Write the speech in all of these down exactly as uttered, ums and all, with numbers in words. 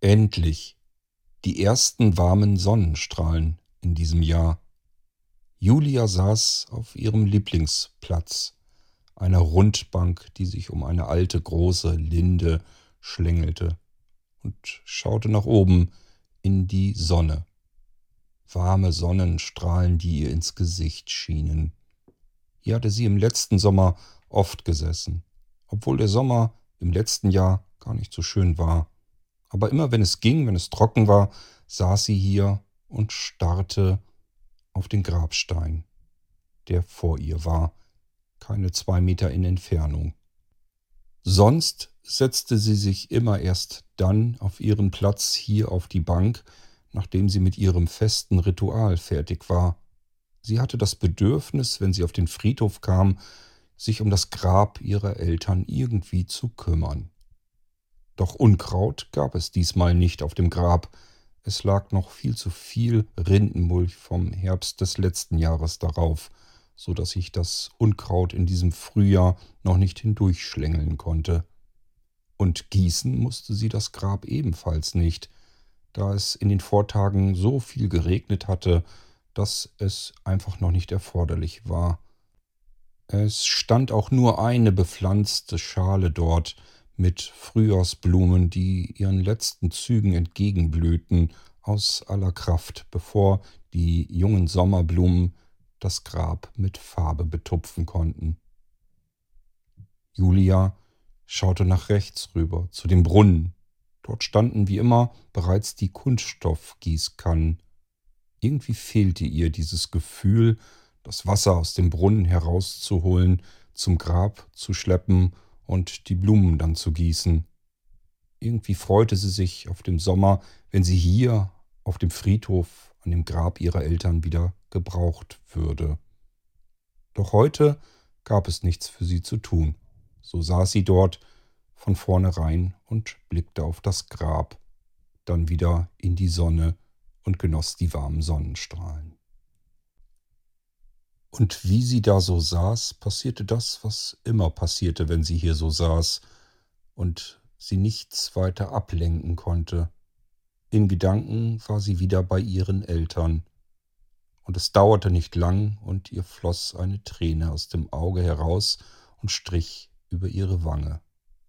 Endlich die ersten warmen Sonnenstrahlen in diesem Jahr. Julia saß auf ihrem Lieblingsplatz, einer Rundbank, die sich um eine alte große Linde schlängelte, und schaute nach oben in die Sonne. Warme Sonnenstrahlen, die ihr ins Gesicht schienen. Hier hatte sie im letzten Sommer oft gesessen, obwohl der Sommer im letzten Jahr gar nicht so schön war. Aber immer wenn es ging, wenn es trocken war, saß sie hier und starrte auf den Grabstein, der vor ihr war, keine zwei Meter in Entfernung. Sonst setzte sie sich immer erst dann auf ihren Platz hier auf die Bank, nachdem sie mit ihrem festen Ritual fertig war. Sie hatte das Bedürfnis, wenn sie auf den Friedhof kam, sich um das Grab ihrer Eltern irgendwie zu kümmern. Doch Unkraut gab es diesmal nicht auf dem Grab. Es lag noch viel zu viel Rindenmulch vom Herbst des letzten Jahres darauf, so dass sich das Unkraut in diesem Frühjahr noch nicht hindurchschlängeln konnte. Und gießen musste sie das Grab ebenfalls nicht, da es in den Vortagen so viel geregnet hatte, dass es einfach noch nicht erforderlich war. Es stand auch nur eine bepflanzte Schale dort mit Frühjahrsblumen, die ihren letzten Zügen entgegenblühten aus aller Kraft, bevor die jungen Sommerblumen das Grab mit Farbe betupfen konnten. Julia schaute nach rechts rüber zu dem Brunnen. Dort standen wie immer bereits die Kunststoffgießkannen. Irgendwie fehlte ihr dieses Gefühl, das Wasser aus dem Brunnen herauszuholen, zum Grab zu schleppen und die Blumen dann zu gießen. Irgendwie freute sie sich auf den Sommer, wenn sie hier auf dem Friedhof an dem Grab ihrer Eltern wieder gebraucht würde. Doch heute gab es nichts für sie zu tun. So saß sie dort von vornherein und blickte auf das Grab, dann wieder in die Sonne und genoss die warmen Sonnenstrahlen. Und wie sie da so saß, passierte das, was immer passierte, wenn sie hier so saß und sie nichts weiter ablenken konnte. In Gedanken war sie wieder bei ihren Eltern. Und es dauerte nicht lang, und ihr floss eine Träne aus dem Auge heraus und strich über ihre Wange.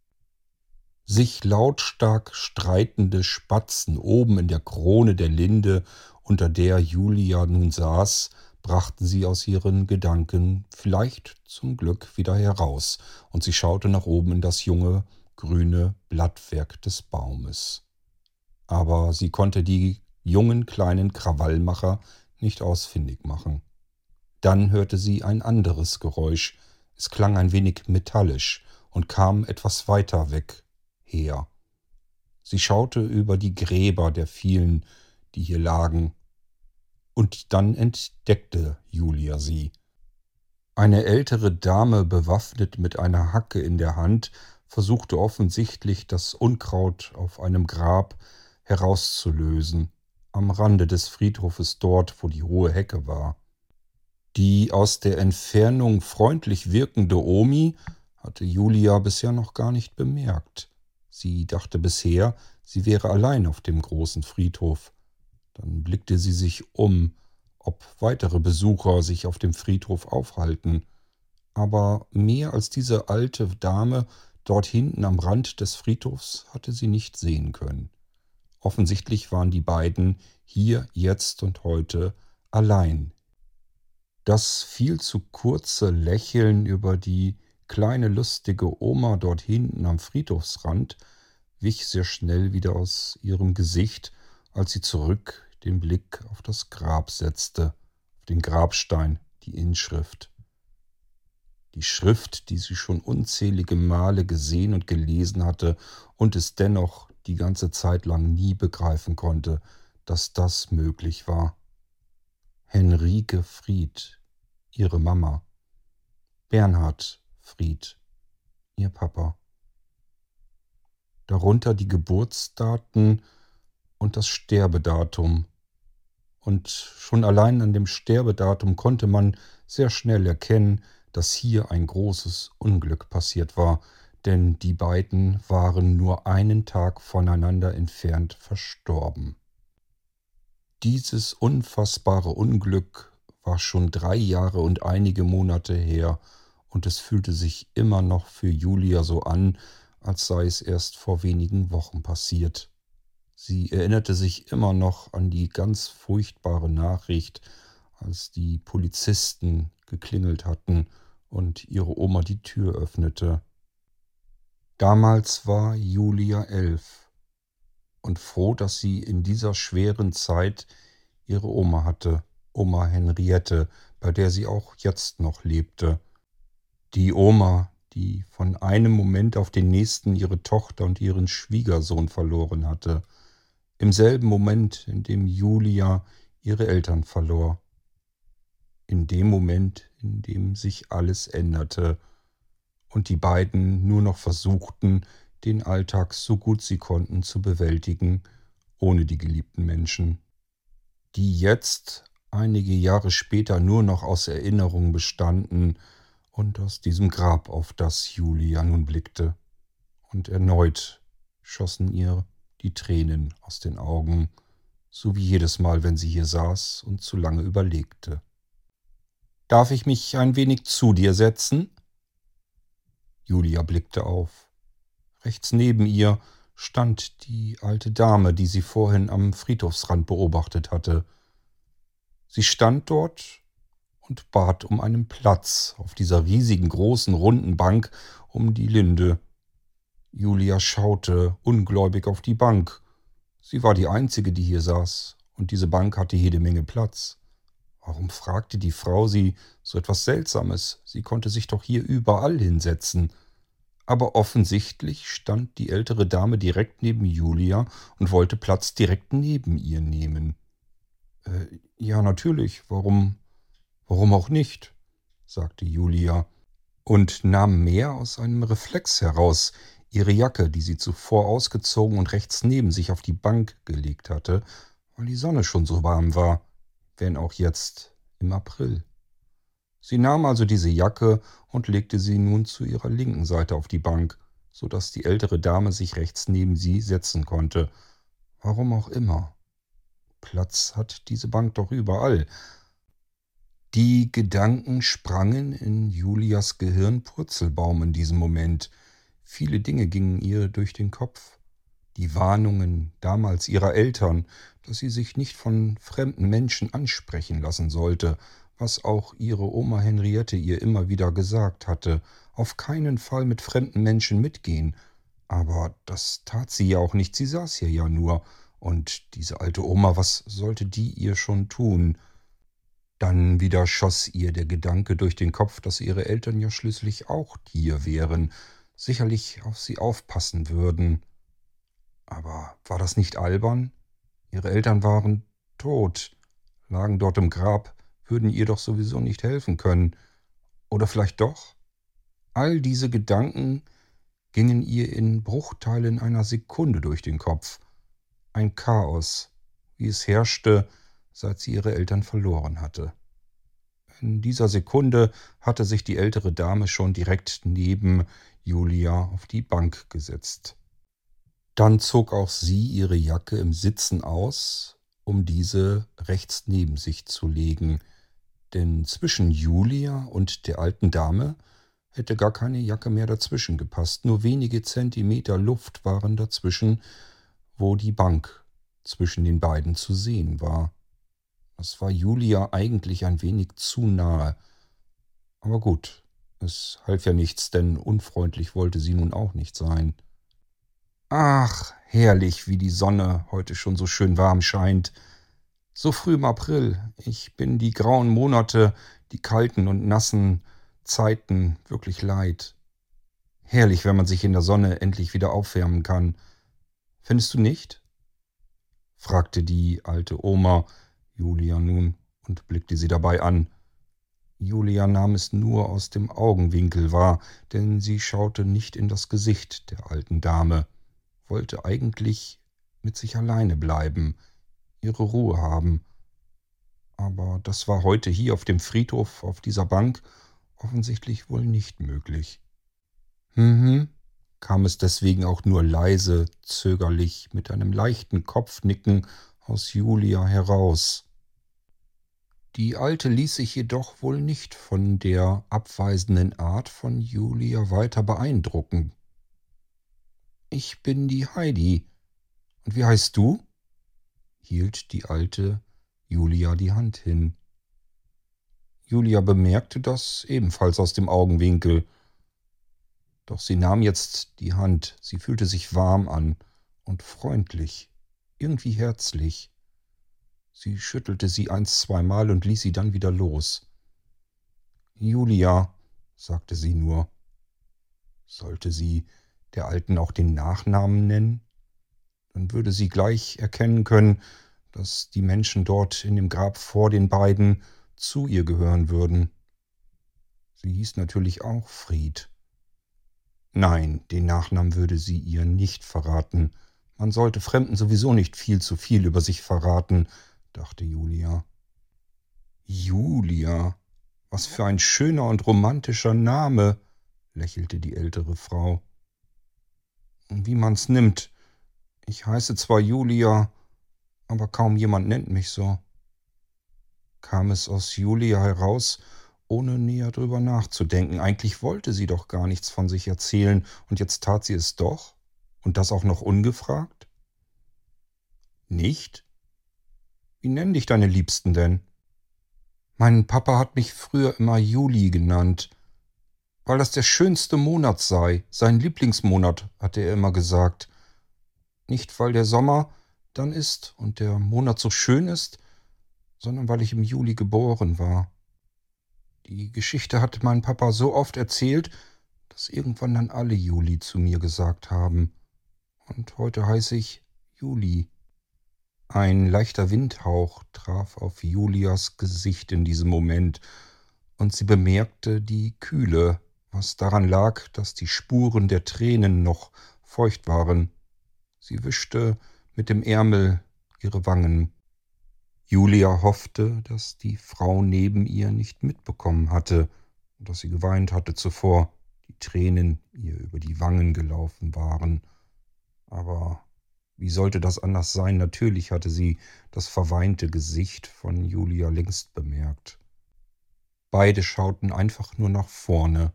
Sich lautstark streitende Spatzen oben in der Krone der Linde, unter der Julia nun saß, brachten sie aus ihren Gedanken vielleicht zum Glück wieder heraus, und sie schaute nach oben in das junge, grüne Blattwerk des Baumes. Aber sie konnte die jungen kleinen Krawallmacher nicht ausfindig machen. Dann hörte sie ein anderes Geräusch. Es klang ein wenig metallisch und kam etwas weiter weg her. Sie schaute über die Gräber der vielen, die hier lagen, und dann entdeckte Julia sie. Eine ältere Dame, bewaffnet mit einer Hacke in der Hand, versuchte offensichtlich, das Unkraut auf einem Grab herauszulösen, am Rande des Friedhofes dort, wo die hohe Hecke war. Die aus der Entfernung freundlich wirkende Omi hatte Julia bisher noch gar nicht bemerkt. Sie dachte bisher, sie wäre allein auf dem großen Friedhof. Dann blickte sie sich um, ob weitere Besucher sich auf dem Friedhof aufhalten. Aber mehr als diese alte Dame dort hinten am Rand des Friedhofs hatte sie nicht sehen können. Offensichtlich waren die beiden hier, jetzt und heute allein. Das viel zu kurze Lächeln über die kleine lustige Oma dort hinten am Friedhofsrand wich sehr schnell wieder aus ihrem Gesicht, als sie zurück den Blick auf das Grab setzte, auf den Grabstein, die Inschrift. Die Schrift, die sie schon unzählige Male gesehen und gelesen hatte und es dennoch die ganze Zeit lang nie begreifen konnte, dass das möglich war. Henrike Fried, ihre Mama. Bernhard Fried, ihr Papa. Darunter die Geburtsdaten und das Sterbedatum. Und schon allein an dem Sterbedatum konnte man sehr schnell erkennen, dass hier ein großes Unglück passiert war, denn die beiden waren nur einen Tag voneinander entfernt verstorben. Dieses unfassbare Unglück war schon drei Jahre und einige Monate her, und es fühlte sich immer noch für Julia so an, als sei es erst vor wenigen Wochen passiert. Sie erinnerte sich immer noch an die ganz furchtbare Nachricht, als die Polizisten geklingelt hatten und ihre Oma die Tür öffnete. Damals war Julia elf und froh, dass sie in dieser schweren Zeit ihre Oma hatte, Oma Henriette, bei der sie auch jetzt noch lebte. Die Oma, die von einem Moment auf den nächsten ihre Tochter und ihren Schwiegersohn verloren hatte, im selben Moment, in dem Julia ihre Eltern verlor. In dem Moment, in dem sich alles änderte und die beiden nur noch versuchten, den Alltag so gut sie konnten zu bewältigen, ohne die geliebten Menschen, die jetzt, einige Jahre später, nur noch aus Erinnerungen bestanden und aus diesem Grab, auf das Julia nun blickte. Und erneut schossen ihr die Tränen aus den Augen, so wie jedes Mal, wenn sie hier saß und zu lange überlegte. »Darf ich mich ein wenig zu dir setzen?« Julia blickte auf. Rechts neben ihr stand die alte Dame, die sie vorhin am Friedhofsrand beobachtet hatte. Sie stand dort und bat um einen Platz auf dieser riesigen, großen, runden Bank um die Linde. Julia schaute ungläubig auf die Bank. Sie war die einzige, die hier saß, und diese Bank hatte jede Menge Platz. Warum fragte die Frau sie so etwas Seltsames? Sie konnte sich doch hier überall hinsetzen. Aber offensichtlich stand die ältere Dame direkt neben Julia und wollte Platz direkt neben ihr nehmen. Äh, ja, natürlich, warum, warum auch nicht, sagte Julia und nahm mehr aus einem Reflex heraus, ihre Jacke, die sie zuvor ausgezogen und rechts neben sich auf die Bank gelegt hatte, weil die Sonne schon so warm war, wenn auch jetzt im April. Sie nahm also diese Jacke und legte sie nun zu ihrer linken Seite auf die Bank, so dass die ältere Dame sich rechts neben sie setzen konnte. Warum auch immer. Platz hat diese Bank doch überall. Die Gedanken sprangen in Julias Gehirn Purzelbaum in diesem Moment. Viele Dinge gingen ihr durch den Kopf. Die Warnungen damals ihrer Eltern, dass sie sich nicht von fremden Menschen ansprechen lassen sollte, was auch ihre Oma Henriette ihr immer wieder gesagt hatte, auf keinen Fall mit fremden Menschen mitgehen. Aber das tat sie ja auch nicht, sie saß hier ja nur. Und diese alte Oma, was sollte die ihr schon tun? Dann wieder schoss ihr der Gedanke durch den Kopf, dass ihre Eltern ja schließlich auch hier wären, sicherlich auf sie aufpassen würden. Aber war das nicht albern? Ihre Eltern waren tot, lagen dort im Grab, würden ihr doch sowieso nicht helfen können. Oder vielleicht doch? All diese Gedanken gingen ihr in Bruchteilen einer Sekunde durch den Kopf. Ein Chaos, wie es herrschte, seit sie ihre Eltern verloren hatte. In dieser Sekunde hatte sich die ältere Dame schon direkt neben Julia auf die Bank gesetzt. Dann zog auch sie ihre Jacke im Sitzen aus, um diese rechts neben sich zu legen, denn zwischen Julia und der alten Dame hätte gar keine Jacke mehr dazwischen gepasst. Nur wenige Zentimeter Luft waren dazwischen, wo die Bank zwischen den beiden zu sehen war. Das war Julia eigentlich ein wenig zu nahe. Aber gut, es half ja nichts, denn unfreundlich wollte sie nun auch nicht sein. Ach, herrlich, wie die Sonne heute schon so schön warm scheint. So früh im April. Ich bin die grauen Monate, die kalten und nassen Zeiten wirklich leid. Herrlich, wenn man sich in der Sonne endlich wieder aufwärmen kann. Findest du nicht? Fragte die alte Oma Julia nun und blickte sie dabei an. Julia nahm es nur aus dem Augenwinkel wahr, denn sie schaute nicht in das Gesicht der alten Dame, wollte eigentlich mit sich alleine bleiben, ihre Ruhe haben. Aber das war heute hier auf dem Friedhof, auf dieser Bank, offensichtlich wohl nicht möglich. Mhm, kam es deswegen auch nur leise, zögerlich, mit einem leichten Kopfnicken aus Julia heraus. Die Alte ließ sich jedoch wohl nicht von der abweisenden Art von Julia weiter beeindrucken. »Ich bin die Heidi. Und wie heißt du?« hielt die Alte Julia die Hand hin. Julia bemerkte das ebenfalls aus dem Augenwinkel. Doch sie nahm jetzt die Hand, sie fühlte sich warm an und freundlich, irgendwie herzlich. Sie schüttelte sie ein, zweimal und ließ sie dann wieder los. »Julia«, sagte sie nur. Sollte sie der Alten auch den Nachnamen nennen? Dann würde sie gleich erkennen können, dass die Menschen dort in dem Grab vor den beiden zu ihr gehören würden. Sie hieß natürlich auch Fried. Nein, den Nachnamen würde sie ihr nicht verraten. Man sollte Fremden sowieso nicht viel zu viel über sich verraten, dachte Julia. Julia, was für ein schöner und romantischer Name, lächelte die ältere Frau. Wie man's nimmt. Ich heiße zwar Julia, aber kaum jemand nennt mich so. Kam es aus Julia heraus, ohne näher drüber nachzudenken. Eigentlich wollte sie doch gar nichts von sich erzählen, und jetzt tat sie es doch? Und das auch noch ungefragt? Nicht? Wie nennen dich deine Liebsten denn? Mein Papa hat mich früher immer Juli genannt, weil das der schönste Monat sei, sein Lieblingsmonat, hatte er immer gesagt. Nicht, weil der Sommer dann ist und der Monat so schön ist, sondern weil ich im Juli geboren war. Die Geschichte hat mein Papa so oft erzählt, dass irgendwann dann alle Juli zu mir gesagt haben. Und heute heiße ich Juli. Ein leichter Windhauch traf auf Julias Gesicht in diesem Moment, und sie bemerkte die Kühle, was daran lag, dass die Spuren der Tränen noch feucht waren. Sie wischte mit dem Ärmel ihre Wangen. Julia hoffte, dass die Frau neben ihr nicht mitbekommen hatte und dass sie geweint hatte zuvor, die Tränen ihr über die Wangen gelaufen waren. Aber wie sollte das anders sein? Natürlich hatte sie das verweinte Gesicht von Julia längst bemerkt. Beide schauten einfach nur nach vorne.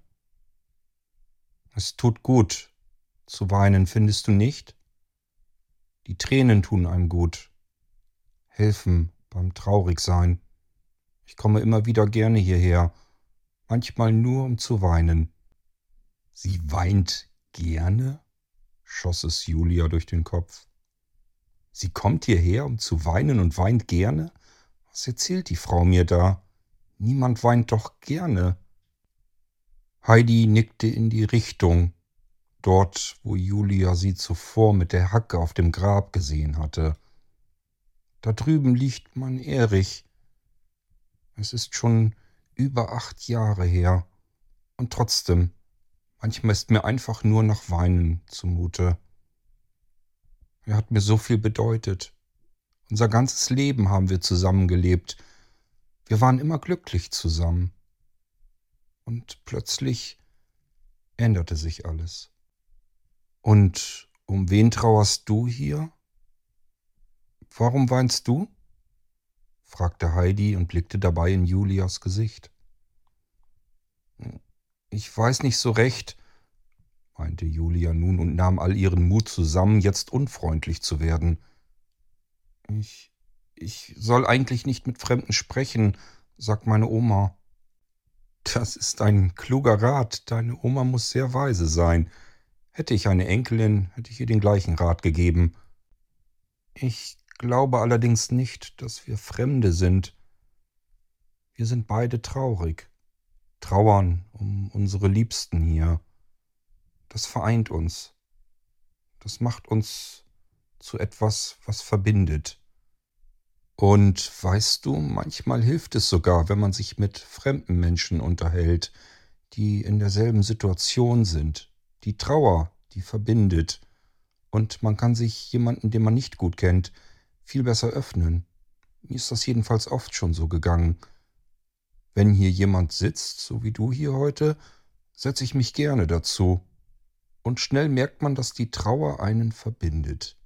Es tut gut, zu weinen, findest du nicht? Die Tränen tun einem gut, helfen beim Traurigsein. Ich komme immer wieder gerne hierher, manchmal nur um zu weinen. Sie weint gerne? Schoss es Julia durch den Kopf. Sie kommt hierher, um zu weinen und weint gerne? Was erzählt die Frau mir da? Niemand weint doch gerne. Heidi nickte in die Richtung, dort, wo Julia sie zuvor mit der Hacke auf dem Grab gesehen hatte. Da drüben liegt mein Erich. Es ist schon über acht Jahre her. Und trotzdem, manchmal ist mir einfach nur nach Weinen zumute. Er hat mir so viel bedeutet. Unser ganzes Leben haben wir zusammengelebt. Wir waren immer glücklich zusammen. Und plötzlich änderte sich alles. Und um wen trauerst du hier? Warum weinst du? Fragte Heidi und blickte dabei in Julias Gesicht. Ich weiß nicht so recht, meinte Julia nun und nahm all ihren Mut zusammen, jetzt unfreundlich zu werden. Ich, ich soll eigentlich nicht mit Fremden sprechen, sagt meine Oma. Das ist ein kluger Rat, deine Oma muss sehr weise sein. Hätte ich eine Enkelin, hätte ich ihr den gleichen Rat gegeben. Ich glaube allerdings nicht, dass wir Fremde sind. Wir sind beide traurig, trauern um unsere Liebsten hier. Das vereint uns. Das macht uns zu etwas, was verbindet. Und weißt du, manchmal hilft es sogar, wenn man sich mit fremden Menschen unterhält, die in derselben Situation sind. Die Trauer, die verbindet. Und man kann sich jemanden, den man nicht gut kennt, viel besser öffnen. Mir ist das jedenfalls oft schon so gegangen. Wenn hier jemand sitzt, so wie du hier heute, setze ich mich gerne dazu. und schnell merkt man, dass die Trauer einen verbindet.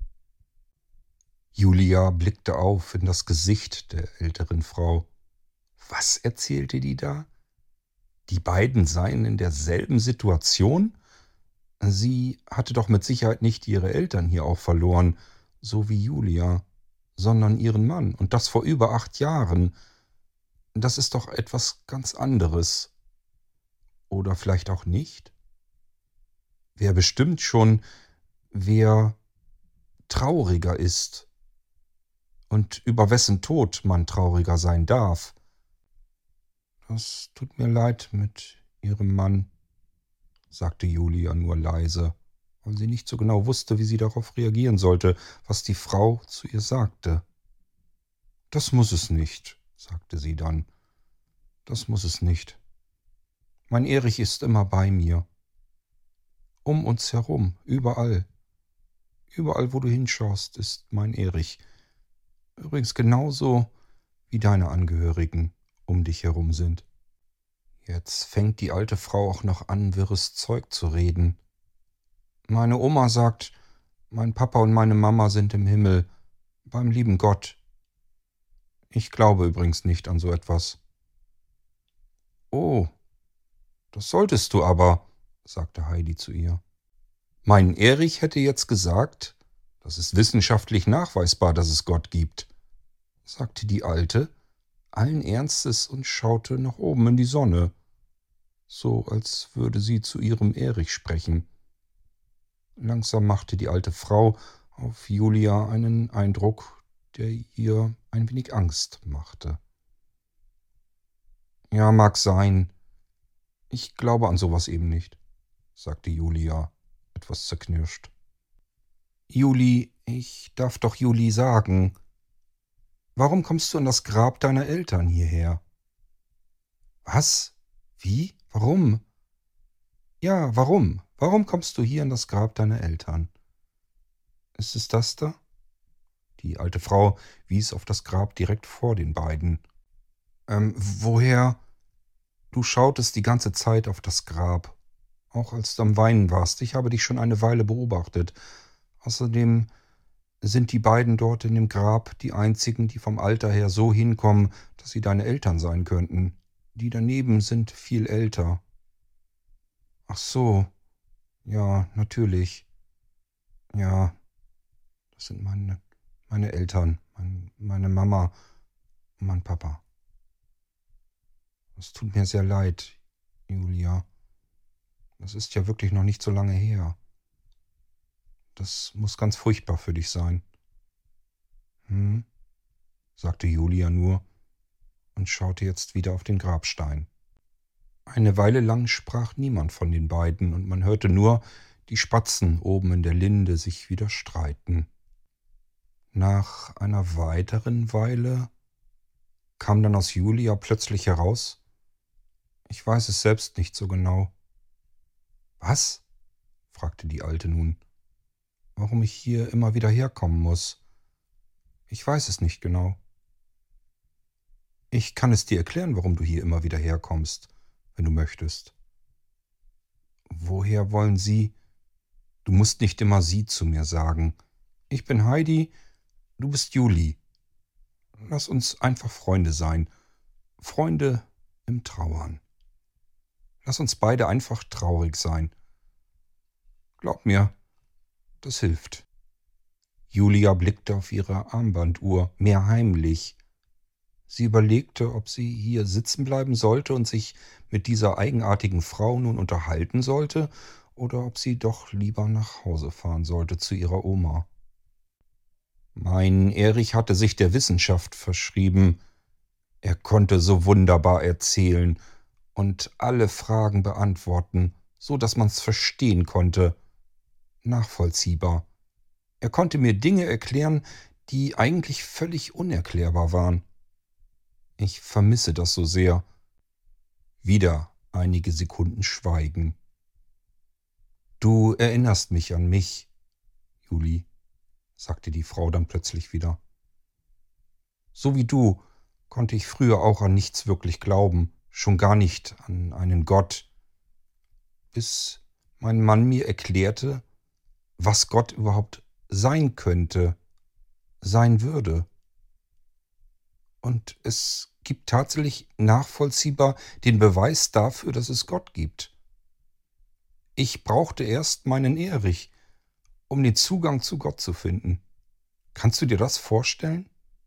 Julia blickte auf in das Gesicht der älteren Frau. Was erzählte die da? Die beiden seien in derselben Situation? Sie hatte doch mit Sicherheit nicht ihre Eltern hier auch verloren, so wie Julia, sondern ihren Mann, und das vor über acht Jahren. Das ist doch etwas ganz anderes. Oder vielleicht auch nicht? Wer bestimmt schon, wer trauriger ist und über wessen Tod man trauriger sein darf. Das tut mir leid mit Ihrem Mann, sagte Julia nur leise, weil sie nicht so genau wusste, wie sie darauf reagieren sollte, was die Frau zu ihr sagte. Das muss es nicht, sagte sie dann. Das muss es nicht. Mein Erich ist immer bei mir. Um uns herum, überall. Überall, wo du hinschaust, ist mein Erich. Übrigens genauso, wie deine Angehörigen um dich herum sind. Jetzt fängt die alte Frau auch noch an, wirres Zeug zu reden. Meine Oma sagt, mein Papa und meine Mama sind im Himmel, beim lieben Gott. Ich glaube übrigens nicht an so etwas. Oh, das solltest du aber, sagte Heidi zu ihr. Mein Erich hätte jetzt gesagt, das ist wissenschaftlich nachweisbar, dass es Gott gibt, sagte die Alte, allen Ernstes und schaute nach oben in die Sonne, so als würde sie zu ihrem Erich sprechen. Langsam machte die alte Frau auf Julia einen Eindruck, der ihr ein wenig Angst machte. Ja, mag sein. Ich glaube an sowas eben nicht, sagte Julia, etwas zerknirscht. Juli, ich darf doch Juli sagen. Warum kommst du an das Grab deiner Eltern hierher? Was? Wie? Warum? Ja, warum? Warum kommst du hier an das Grab deiner Eltern? Ist es das da? Die alte Frau wies auf das Grab direkt vor den beiden. Ähm, woher? Du schautest die ganze Zeit auf das Grab, auch als du am Weinen warst. Ich habe dich schon eine Weile beobachtet. Außerdem sind die beiden dort in dem Grab die einzigen, die vom Alter her so hinkommen, dass sie deine Eltern sein könnten. Die daneben sind viel älter. Ach so, ja, natürlich. Ja, das sind meine, meine Eltern, mein, meine Mama und mein Papa. Es tut mir sehr leid, Julia. Das ist ja wirklich noch nicht so lange her. Das muss ganz furchtbar für dich sein. Hm, sagte Julia nur und schaute jetzt wieder auf den Grabstein. Eine Weile lang sprach niemand von den beiden, und man hörte nur die Spatzen oben in der Linde sich wieder streiten. Nach einer weiteren Weile kam dann aus Julia plötzlich heraus: Ich weiß es selbst nicht so genau. Was? Fragte die Alte nun. Warum ich hier immer wieder herkommen muss? Ich weiß es nicht genau. Ich kann es dir erklären, warum du hier immer wieder herkommst, wenn du möchtest. Woher wollen Sie? Du musst nicht immer Sie zu mir sagen. Ich bin Heidi, du bist Juli. Lass uns einfach Freunde sein. Freunde im Trauern. Lass uns beide einfach traurig sein. Glaub mir, das hilft. Julia blickte auf ihre Armbanduhr, mehr heimlich. Sie überlegte, ob sie hier sitzen bleiben sollte und sich mit dieser eigenartigen Frau nun unterhalten sollte, oder ob sie doch lieber nach Hause fahren sollte zu ihrer Oma. Mein Erich hatte sich der Wissenschaft verschrieben. Er konnte so wunderbar erzählen und alle Fragen beantworten, so dass man's verstehen konnte. Nachvollziehbar. Er konnte mir Dinge erklären, die eigentlich völlig unerklärbar waren. Ich vermisse das so sehr. Wieder einige Sekunden Schweigen. Du erinnerst mich an mich, Juli, sagte die Frau dann plötzlich wieder. So wie du konnte ich früher auch an nichts wirklich glauben, schon gar nicht an einen Gott, bis mein Mann mir erklärte, was Gott überhaupt sein könnte, sein würde. Und es gibt tatsächlich nachvollziehbar den Beweis dafür, dass es Gott gibt. Ich brauchte erst meinen Erich, um den Zugang zu Gott zu finden. Kannst du dir das vorstellen?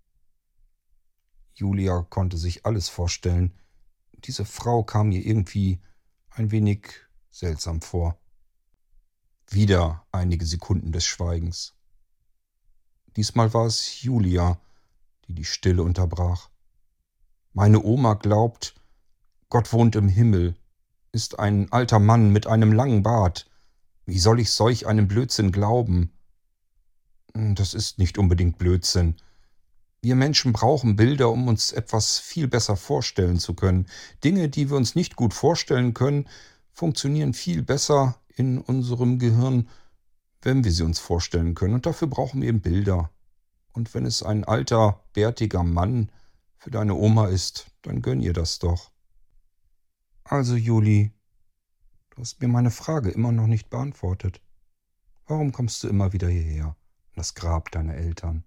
Julia konnte sich alles vorstellen. Diese Frau kam ihr irgendwie ein wenig seltsam vor. Wieder einige Sekunden des Schweigens. Diesmal war es Julia, die die Stille unterbrach. Meine Oma glaubt, Gott wohnt im Himmel, ist ein alter Mann mit einem langen Bart. Wie soll ich solch einen Blödsinn glauben? Das ist nicht unbedingt Blödsinn. Wir Menschen brauchen Bilder, um uns etwas viel besser vorstellen zu können. Dinge, die wir uns nicht gut vorstellen können, funktionieren viel besser in unserem Gehirn, wenn wir sie uns vorstellen können. Und dafür brauchen wir eben Bilder. Und wenn es ein alter, bärtiger Mann für deine Oma ist, dann gönn ihr das doch. Also, Juli, du hast mir meine Frage immer noch nicht beantwortet. Warum kommst du immer wieder hierher, an das Grab deiner Eltern?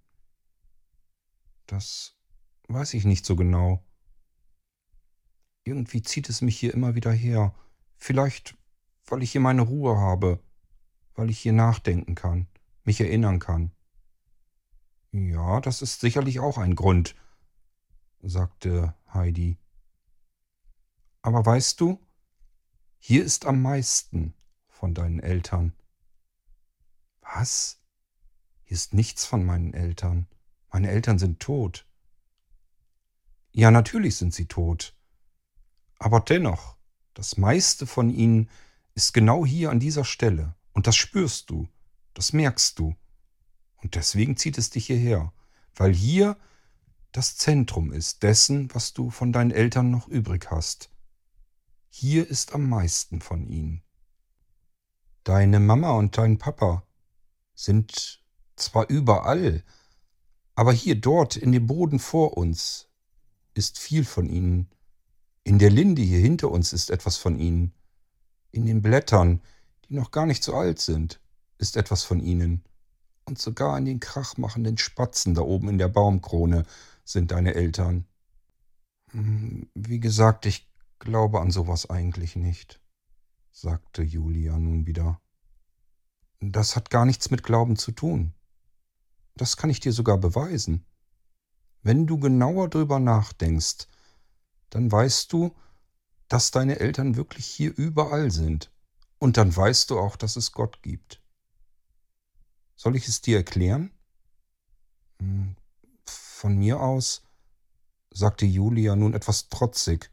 Das weiß ich nicht so genau. Irgendwie zieht es mich hier immer wieder her. Vielleicht, weil ich hier meine Ruhe habe, weil ich hier nachdenken kann, mich erinnern kann. Ja, das ist sicherlich auch ein Grund, sagte Heidi. Aber weißt du, hier ist am meisten von deinen Eltern. Was? Hier ist nichts von meinen Eltern. Meine Eltern sind tot. Ja, natürlich sind sie tot. Aber dennoch, das meiste von ihnen ist genau hier an dieser Stelle. Und das spürst du, das merkst du. Und deswegen zieht es dich hierher, weil hier das Zentrum ist dessen, was du von deinen Eltern noch übrig hast. Hier ist am meisten von ihnen. Deine Mama und dein Papa sind zwar überall, aber hier dort in dem Boden vor uns ist viel von ihnen. In der Linde hier hinter uns ist etwas von ihnen. In den Blättern, die noch gar nicht so alt sind, ist etwas von ihnen. Und sogar in den krachmachenden Spatzen da oben in der Baumkrone sind deine Eltern. Hm, Wie gesagt, ich glaube an sowas eigentlich nicht, sagte Julia nun wieder. Das hat gar nichts mit Glauben zu tun. Das kann ich dir sogar beweisen. Wenn du genauer drüber nachdenkst, dann weißt du, dass deine Eltern wirklich hier überall sind. Und dann weißt du auch, dass es Gott gibt. Soll ich es dir erklären? Hm, Von mir aus, sagte Julia nun etwas trotzig,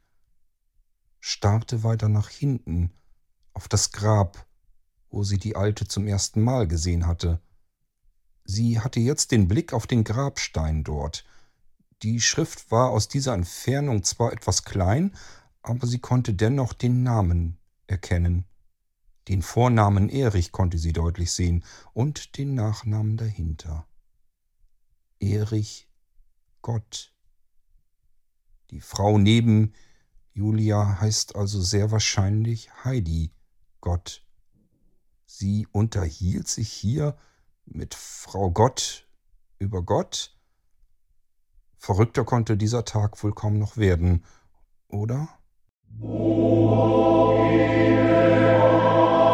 starrte weiter nach hinten, auf das Grab, wo sie die Alte zum ersten Mal gesehen hatte. Sie hatte jetzt den Blick auf den Grabstein dort. Die Schrift war aus dieser Entfernung zwar etwas klein, aber sie konnte dennoch den Namen erkennen. Den Vornamen Erich konnte sie deutlich sehen und den Nachnamen dahinter. Erich Gott. Die Frau neben Julia heißt also sehr wahrscheinlich Heidi Gott. Sie unterhielt sich hier mit Frau Gott über Gott. Verrückter konnte dieser Tag wohl kaum noch werden, oder?